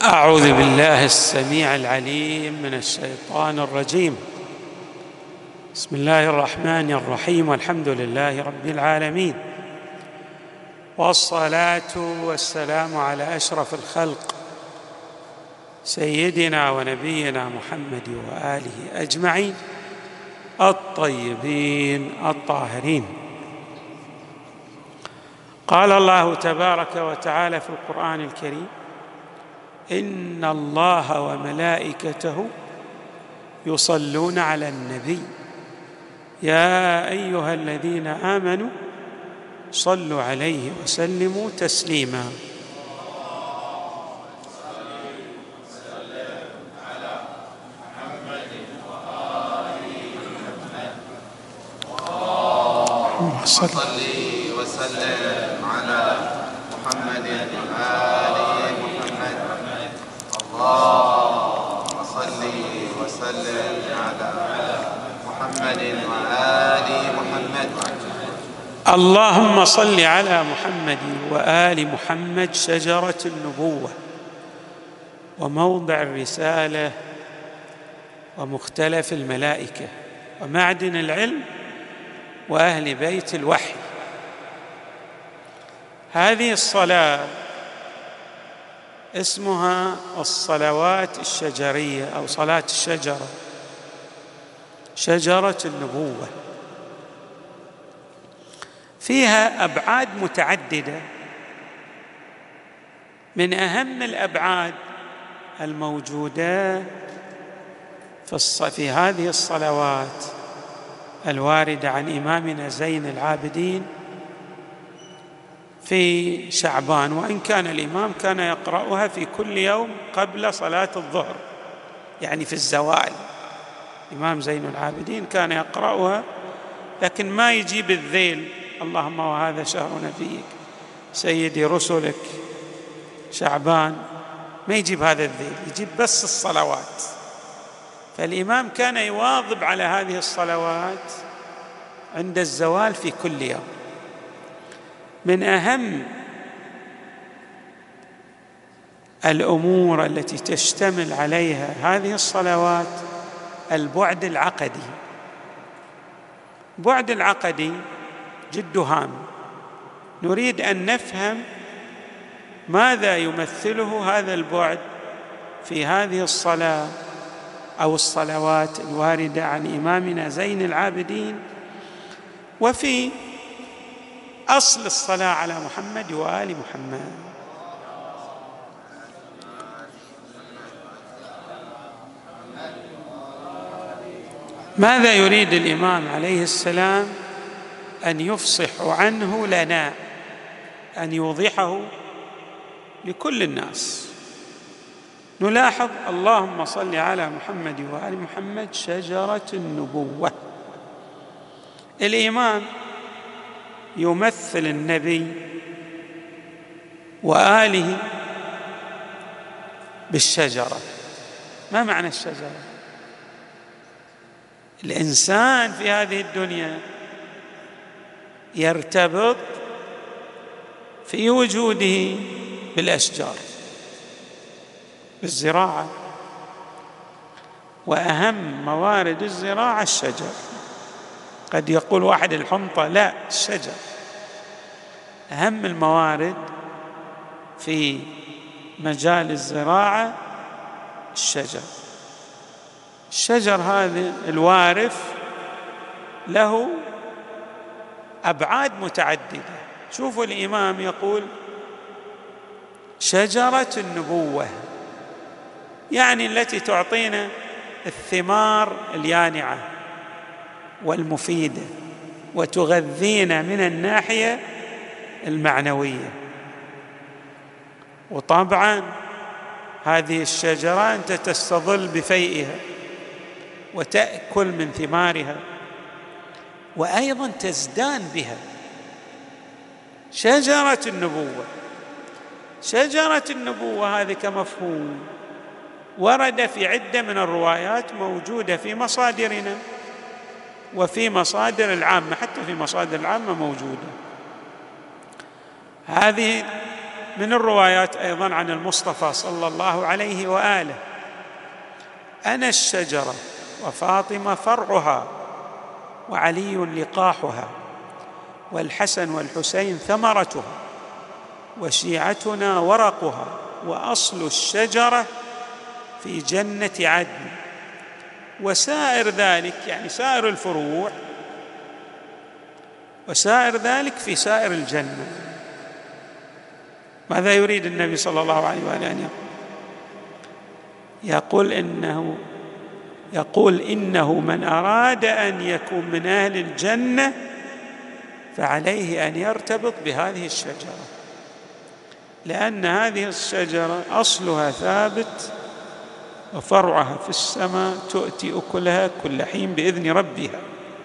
أعوذ بالله السميع العليم من الشيطان الرجيم. بسم الله الرحمن الرحيم، والحمد لله رب العالمين، والصلاة والسلام على أشرف الخلق سيدنا ونبينا محمد وآله أجمعين الطيبين الطاهرين. قال الله تبارك وتعالى في القرآن الكريم: إن الله وملائكته يصلون على النبي يا أيها الذين آمنوا صلوا عليه وسلموا تسليما. صل وسلم على محمد وآل محمد. اللهم صل وسلم على محمد وآل محمد. اللهم صل على محمد وآل محمد شجرة النبوة وموضع الرسالة ومختلف الملائكة ومعدن العلم وأهل بيت الوحي. هذه الصلاة اسمها الصلوات الشجرية أو صلاة الشجرة، شجرة النبوة. فيها أبعاد متعددة، من أهم الأبعاد الموجودة في هذه الصلوات الواردة عن إمامنا زين العابدين في شعبان، وإن كان الإمام كان يقرأها في كل يوم قبل صلاة الظهر، يعني في الزوال. الإمام زين العابدين كان يقرأها، لكن ما يجيب الذيل: اللهم وهذا شهر نبيك سيدي رسلك شعبان، ما يجيب هذا الذيل، يجيب بس الصلوات. فالإمام كان يواظب على هذه الصلوات عند الزوال في كل يوم. من أهم الأمور التي تشتمل عليها هذه الصلوات البعد العقدي. البعد العقدي جد هام، نريد أن نفهم ماذا يمثله هذا البعد في هذه الصلاة أو الصلوات الواردة عن إمامنا زين العابدين، وفي أصل الصلاة على محمد وآل محمد. ماذا يريد الإمام عليه السلام أن يفصح عنه لنا، أن يوضحه لكل الناس؟ نلاحظ: اللهم صل على محمد وآل محمد شجرة النبوة. الإمام يمثل النبي وآله بالشجرة. ما معنى الشجرة؟ الإنسان في هذه الدنيا يرتبط في وجوده بالأشجار، بالزراعة، وأهم موارد الزراعة الشجر. قد يقول واحد الحنطة، لا، الشجر أهم الموارد في مجال الزراعة. الشجر هذا الوارث له أبعاد متعددة. شوفوا الإمام يقول شجرة النبوة، يعني التي تعطينا الثمار اليانعة والمفيدة وتغذينا من الناحية المعنوية. وطبعا هذه الشجرة أنت تستظل بفيئها وتأكل من ثمارها وأيضا تزدان بها. شجرة النبوة، شجرة النبوة هذه كمفهوم ورد في عدة من الروايات موجودة في مصادرنا وفي مصادر العامة، حتى في مصادر العامة موجودة. هذه من الروايات أيضا عن المصطفى صلى الله عليه وآله: أنا الشجرة وفاطمة فرعها وعلي لقاحها والحسن والحسين ثمرتها وشيعتنا ورقها وأصل الشجرة في جنة عدن وسائر ذلك، يعني سائر الفروع وسائر ذلك في سائر الجنة. ماذا يريد النبي صلى الله عليه وآله أن يقول إنه من أراد أن يكون من أهل الجنة فعليه أن يرتبط بهذه الشجرة، لأن هذه الشجرة أصلها ثابت وفرعها في السماء تؤتي أكلها كل حين بإذن ربها.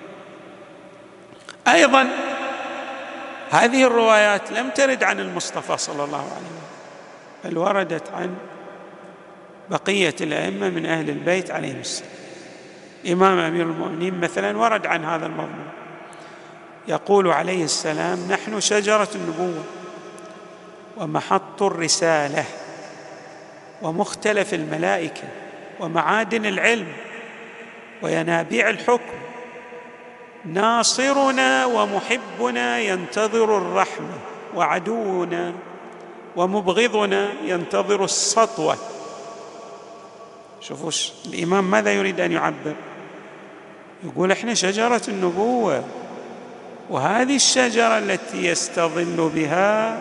أيضا هذه الروايات لم ترد عن المصطفى صلى الله عليه وسلم، بل وردت عن بقية الأئمة من أهل البيت عليهم السلام. إمام أمير المؤمنين مثلا ورد عن هذا المضمون، يقول عليه السلام: نحن شجرة النبوة ومحط الرسالة ومختلف الملائكة ومعادن العلم وينابيع الحكم، ناصرنا ومحبنا ينتظر الرحمة وعدونا ومبغضنا ينتظر السطوة. شوفوا الإمام ماذا يريد أن يعبر؟ يقول إحنا شجرة النبوة، وهذه الشجرة التي يستظل بها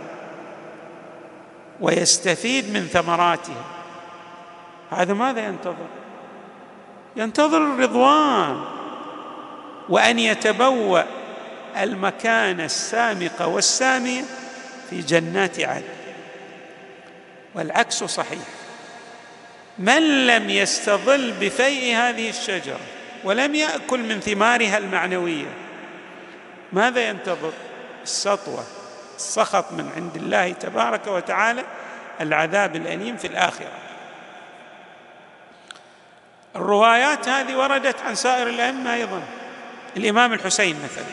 ويستفيد من ثمراتها، هذا ماذا ينتظر؟ ينتظر الرضوان وأن يتبوأ المكان السامق والسامية في جنات عدن. والعكس صحيح، من لم يستظل بفيء هذه الشجرة ولم يأكل من ثمارها المعنوية ماذا ينتظر؟ السطوة، السخط من عند الله تبارك وتعالى، العذاب الأليم في الآخرة. الروايات هذه وردت عن سائر الأئمة أيضا. الإمام الحسين مثلا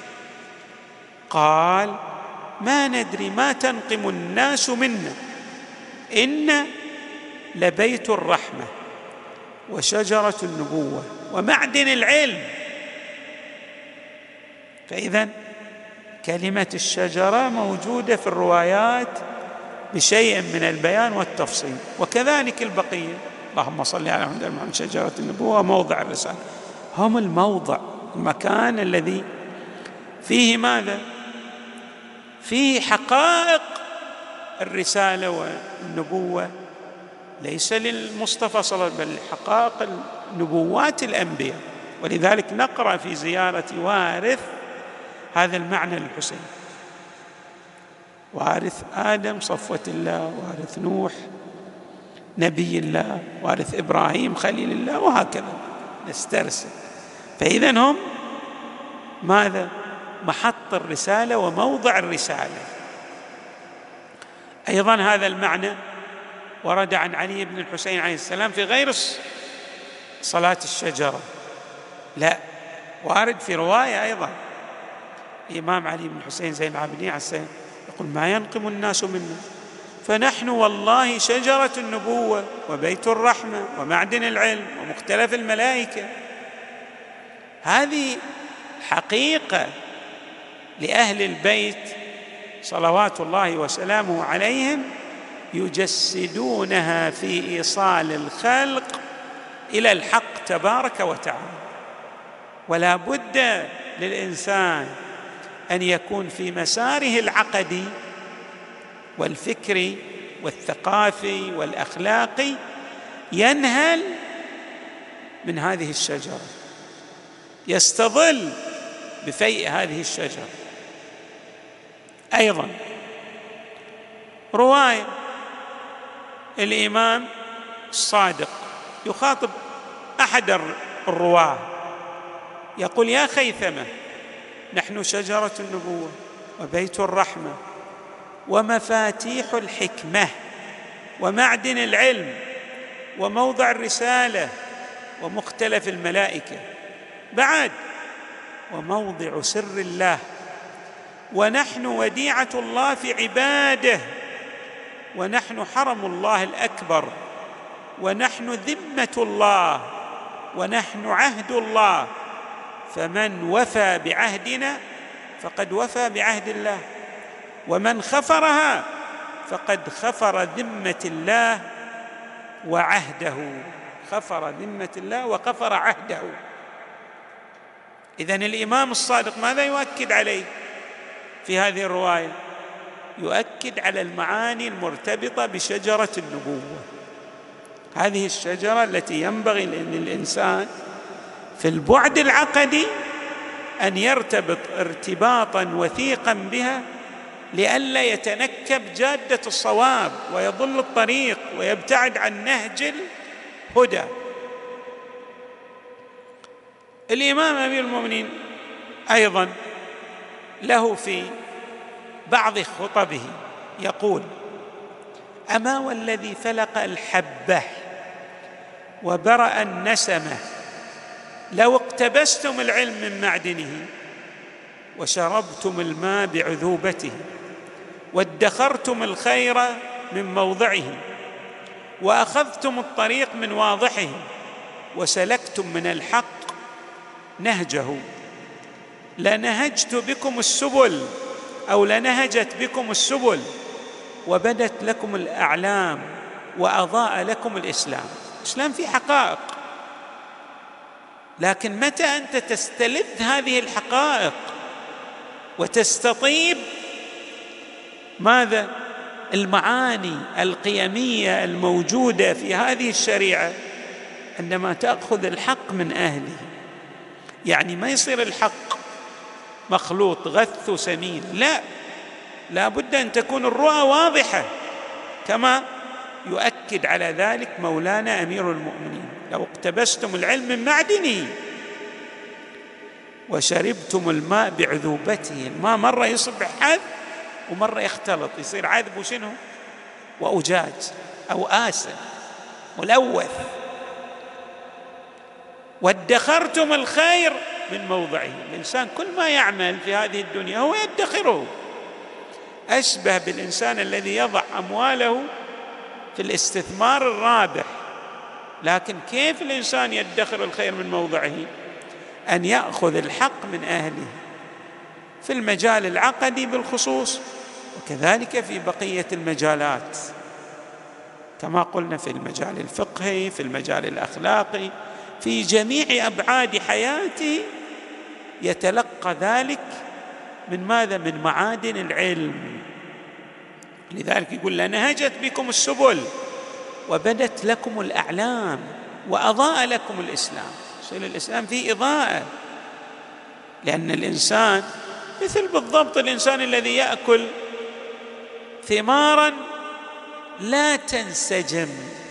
قال: ما ندري ما تنقم الناس منا، إن لبيت الرحمة وشجرة النبوة ومعدن العلم. فإذن كلمة الشجرة موجودة في الروايات بشيء من البيان والتفصيل، وكذلك البقية. اللهم صل على محمد شجرة النبوة وموضع الرسالة، هم الموضع، المكان الذي فيه ماذا؟ فيه حقائق الرسالة والنبوة، ليس للمصطفى صلى الله عليه وسلم بل حقائق النبوات الأنبياء. ولذلك نقرأ في زيارة وارث هذا المعنى للحسين: وارث آدم صفوة الله، وارث نوح نبي الله، وارث إبراهيم خليل الله، وهكذا نسترسل. فإذن هم ماذا؟ محط الرسالة وموضع الرسالة. أيضا هذا المعنى ورد عن علي بن الحسين عليه السلام في غير صلاة الشجرة، لا، وارد في رواية أيضا. الإمام علي بن الحسين زين العابدين عليه السلام يقول: ما ينقم الناس منا، فنحن والله شجرة النبوة وبيت الرحمة ومعدن العلم ومختلف الملائكة. هذه حقيقة لأهل البيت صلوات الله وسلامه عليهم، يجسدونها في إيصال الخلق إلى الحق تبارك وتعالى. ولا بد للإنسان أن يكون في مساره العقدي والفكري والثقافي والأخلاقي ينهل من هذه الشجرة، يستظل بفيء هذه الشجرة. أيضا رواية الإمام الصادق يخاطب أحد الرواة يقول: يا خيثمة، نحن شجرة النبوة وبيت الرحمة ومفاتيح الحكمة ومعدن العلم وموضع الرسالة ومختلف الملائكة، بعد وموضع سر الله، ونحن وديعة الله في عباده ونحن حرم الله الأكبر، ونحن ذمة الله، ونحن عهد الله، فمن وفى بعهدنا فقد وفى بعهد الله، ومن خفرها فقد خفر ذمة الله وعهده، خفر ذمة الله وخفر عهده. إذن الإمام الصادق ماذا يؤكد عليه في هذه الرواية؟ يؤكد على المعاني المرتبطة بشجرة النبوة، هذه الشجرة التي ينبغي للإنسان في البعد العقدي أن يرتبط ارتباطا وثيقا بها لئلا يتنكب جادة الصواب ويضل الطريق ويبتعد عن نهج الهدى. الإمام أمير المؤمنين أيضا له في بعض خطبه يقول: أما والذي فلق الحبة وبرأ النسمة لو اقتبستم العلم من معدنه وشربتم الماء بعذوبته وادخرتم الخير من موضعه وأخذتم الطريق من واضحه وسلكتم من الحق نهجه لنهجت بكم السبل أو لنهجت بكم السبل وبدت لكم الأعلام وأضاء لكم الإسلام. الإسلام فيه حقائق، لكن متى أنت تستلذ هذه الحقائق وتستطيب ماذا؟ المعاني القيمية الموجودة في هذه الشريعة، عندما تأخذ الحق من أهله. يعني ما يصير الحق مخلوط غث سمين، لا بد أن تكون الرؤى واضحة، كما يؤكد على ذلك مولانا أمير المؤمنين: لو اقتبستم العلم من معدنه وشربتم الماء بعذوبته. الماء مرة يصبح عذب ومرة يختلط، يصير عذب وشنو وأجاج أو آسن ملوث. وادخرتم الخير من موضعه. الإنسان كل ما يعمل في هذه الدنيا هو يدخره، أشبه بالإنسان الذي يضع أمواله في الاستثمار الرابح. لكن كيف الإنسان يدخر الخير من موضعه؟ أن يأخذ الحق من أهله في المجال العقدي بالخصوص، وكذلك في بقية المجالات كما قلنا، في المجال الفقهي، في المجال الأخلاقي، في جميع أبعاد حياته يتلقى ذلك من ماذا؟ من معادن العلم. لذلك يقول: لنهجت بكم السبل وبدت لكم الأعلام وأضاء لكم الإسلام. يصير الإسلام فيه إضاءة، لأن الإنسان مثل بالضبط الإنسان الذي يأكل ثماراً لا تنسجم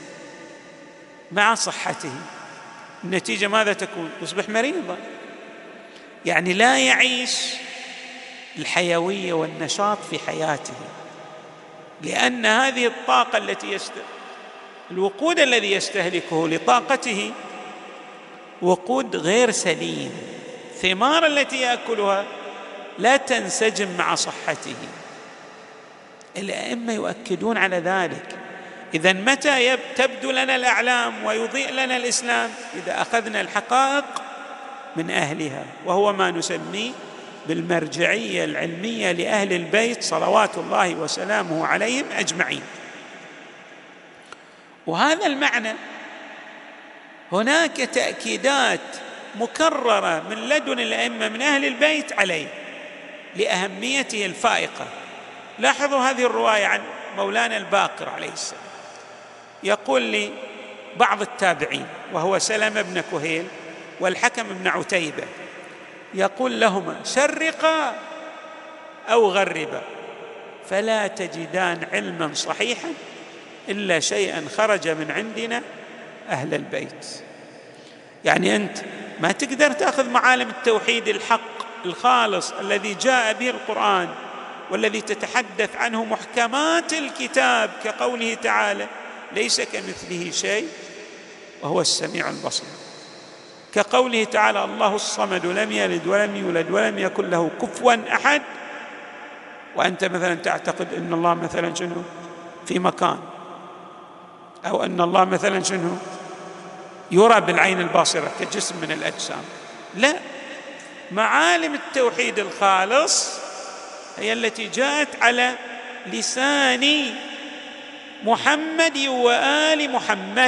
مع صحته، النتيجة ماذا تكون؟ يصبح مريضاً، يعني لا يعيش الحيوية والنشاط في حياته، لأن هذه الطاقة التي الوقود الذي يستهلكه لطاقته وقود غير سليم، الثمار التي يأكلها لا تنسجم مع صحته. الأئمة يؤكدون على ذلك. إذن متى تبدو لنا الأعلام ويضيء لنا الإسلام؟ إذا أخذنا الحقائق من أهلها، وهو ما نسميه بالمرجعية العلمية لأهل البيت صلوات الله وسلامه عليهم أجمعين. وهذا المعنى هناك تأكيدات مكررة من لدن الأئمة من أهل البيت عليه لأهميته الفائقة. لاحظوا هذه الرواية عن مولانا الباقر عليه السلام، يقول لي بعض التابعين وهو سلمة بن كهيل والحكم بن عتيبة، يقول لهما: شرقا أو غربا فلا تجدان علما صحيحا إلا شيئا خرج من عندنا أهل البيت. يعني أنت ما تقدر تأخذ معالم التوحيد الحق الخالص الذي جاء به القرآن والذي تتحدث عنه محكمات الكتاب، كقوله تعالى: ليس كمثله شيء وهو السميع البصير، كقوله تعالى: الله الصمد لم يلد ولم يولد ولم يكن له كفوا أحد. وأنت مثلا تعتقد أن الله مثلا شنو؟ في مكان، أو أن الله مثلا شنو يرى بالعين الباصرة كجسم من الأجسام. لا، معالم التوحيد الخالص هي التي جاءت على لسان محمد وآل محمد.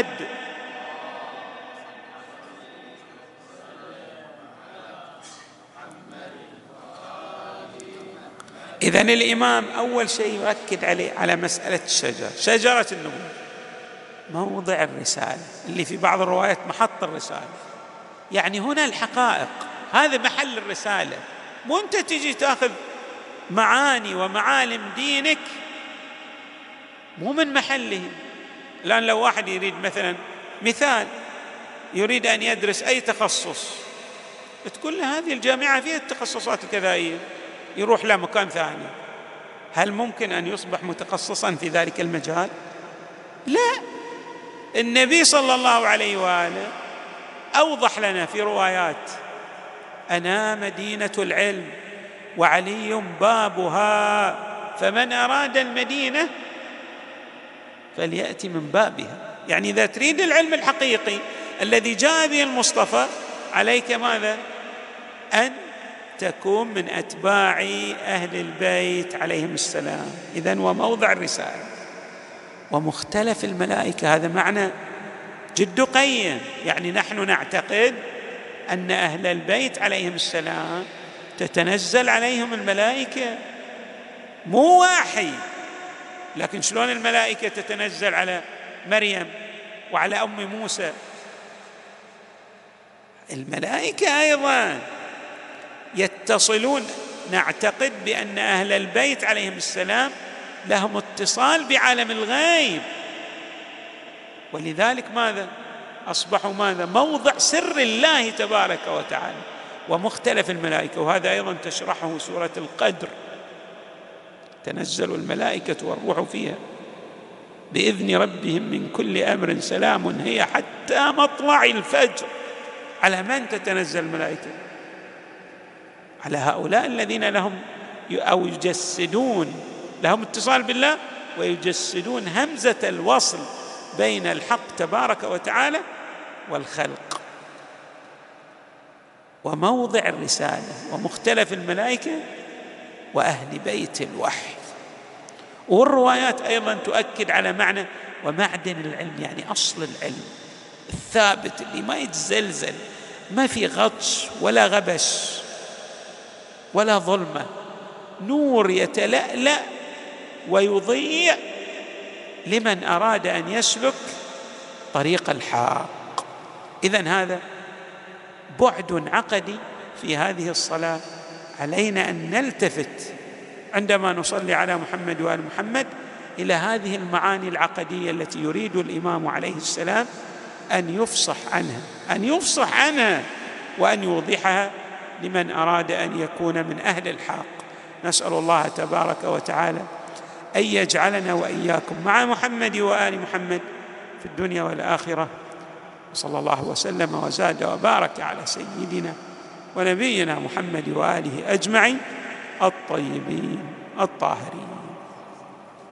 إذن الإمام أول شيء يؤكد عليه على مسألة الشجرة، شجرة النبوة، موضع الرسالة اللي في بعض الروايات محط الرسالة، يعني هنا الحقائق، هذا محل الرسالة. مو أنت تجي تأخذ معاني ومعالم دينك مو من محله. الآن لو واحد يريد مثلا مثال يريد أن يدرس أي تخصص، تقول له هذه الجامعة فيها التخصصات الكذائية، يروح له مكان ثاني، هل ممكن أن يصبح متخصصا في ذلك المجال؟ لا. النبي صلى الله عليه وآله أوضح لنا في روايات: أنا مدينة العلم وعلي بابها، فمن أراد المدينة فليأتي من بابها. يعني إذا تريد العلم الحقيقي الذي جاء به المصطفى، عليك ماذا؟ أن تكون من أتباع أهل البيت عليهم السلام. إذن وموضع الرسالة ومختلف الملائكة، هذا معنى جد قيم. يعني نحن نعتقد أن أهل البيت عليهم السلام تتنزل عليهم الملائكة، مو وحي، لكن شلون الملائكة تتنزل على مريم وعلى أم موسى؟ الملائكة أيضا يتصلون. نعتقد بأن أهل البيت عليهم السلام لهم اتصال بعالم الغيب، ولذلك ماذا؟ أصبحوا ماذا؟ موضع سر الله تبارك وتعالى ومختلف الملائكة. وهذا أيضا تشرحه سورة القدر: تنزل الملائكة والروح فيها بإذن ربهم من كل أمر سلام هي حتى مطلع الفجر. على من تتنزل الملائكة؟ على هؤلاء الذين لهم أو يجسدون، لهم اتصال بالله ويجسدون همزة الوصل بين الحق تبارك وتعالى والخلق. وموضع الرسالة ومختلف الملائكة وأهل بيت الوحي. والروايات أيضا تؤكد على معنى ومعدن العلم، يعني أصل العلم الثابت اللي ما يتزلزل، ما في غطش ولا غبش ولا ظلمة، نور يتلألأ ويضيء لمن أراد أن يسلك طريق الحق. إذن هذا بعد عقدي في هذه الصلاة. علينا أن نلتفت عندما نصلي على محمد وآل محمد إلى هذه المعاني العقدية التي يريد الإمام عليه السلام أن يفصح عنها وأن يوضحها لمن أراد أن يكون من أهل الحق. نسأل الله تبارك وتعالى أن يجعلنا وإياكم مع محمد وآل محمد في الدنيا والآخرة. صلى الله وسلم وزاد وبارك على سيدنا ونبينا محمد وآله أجمعين الطيبين الطاهرين.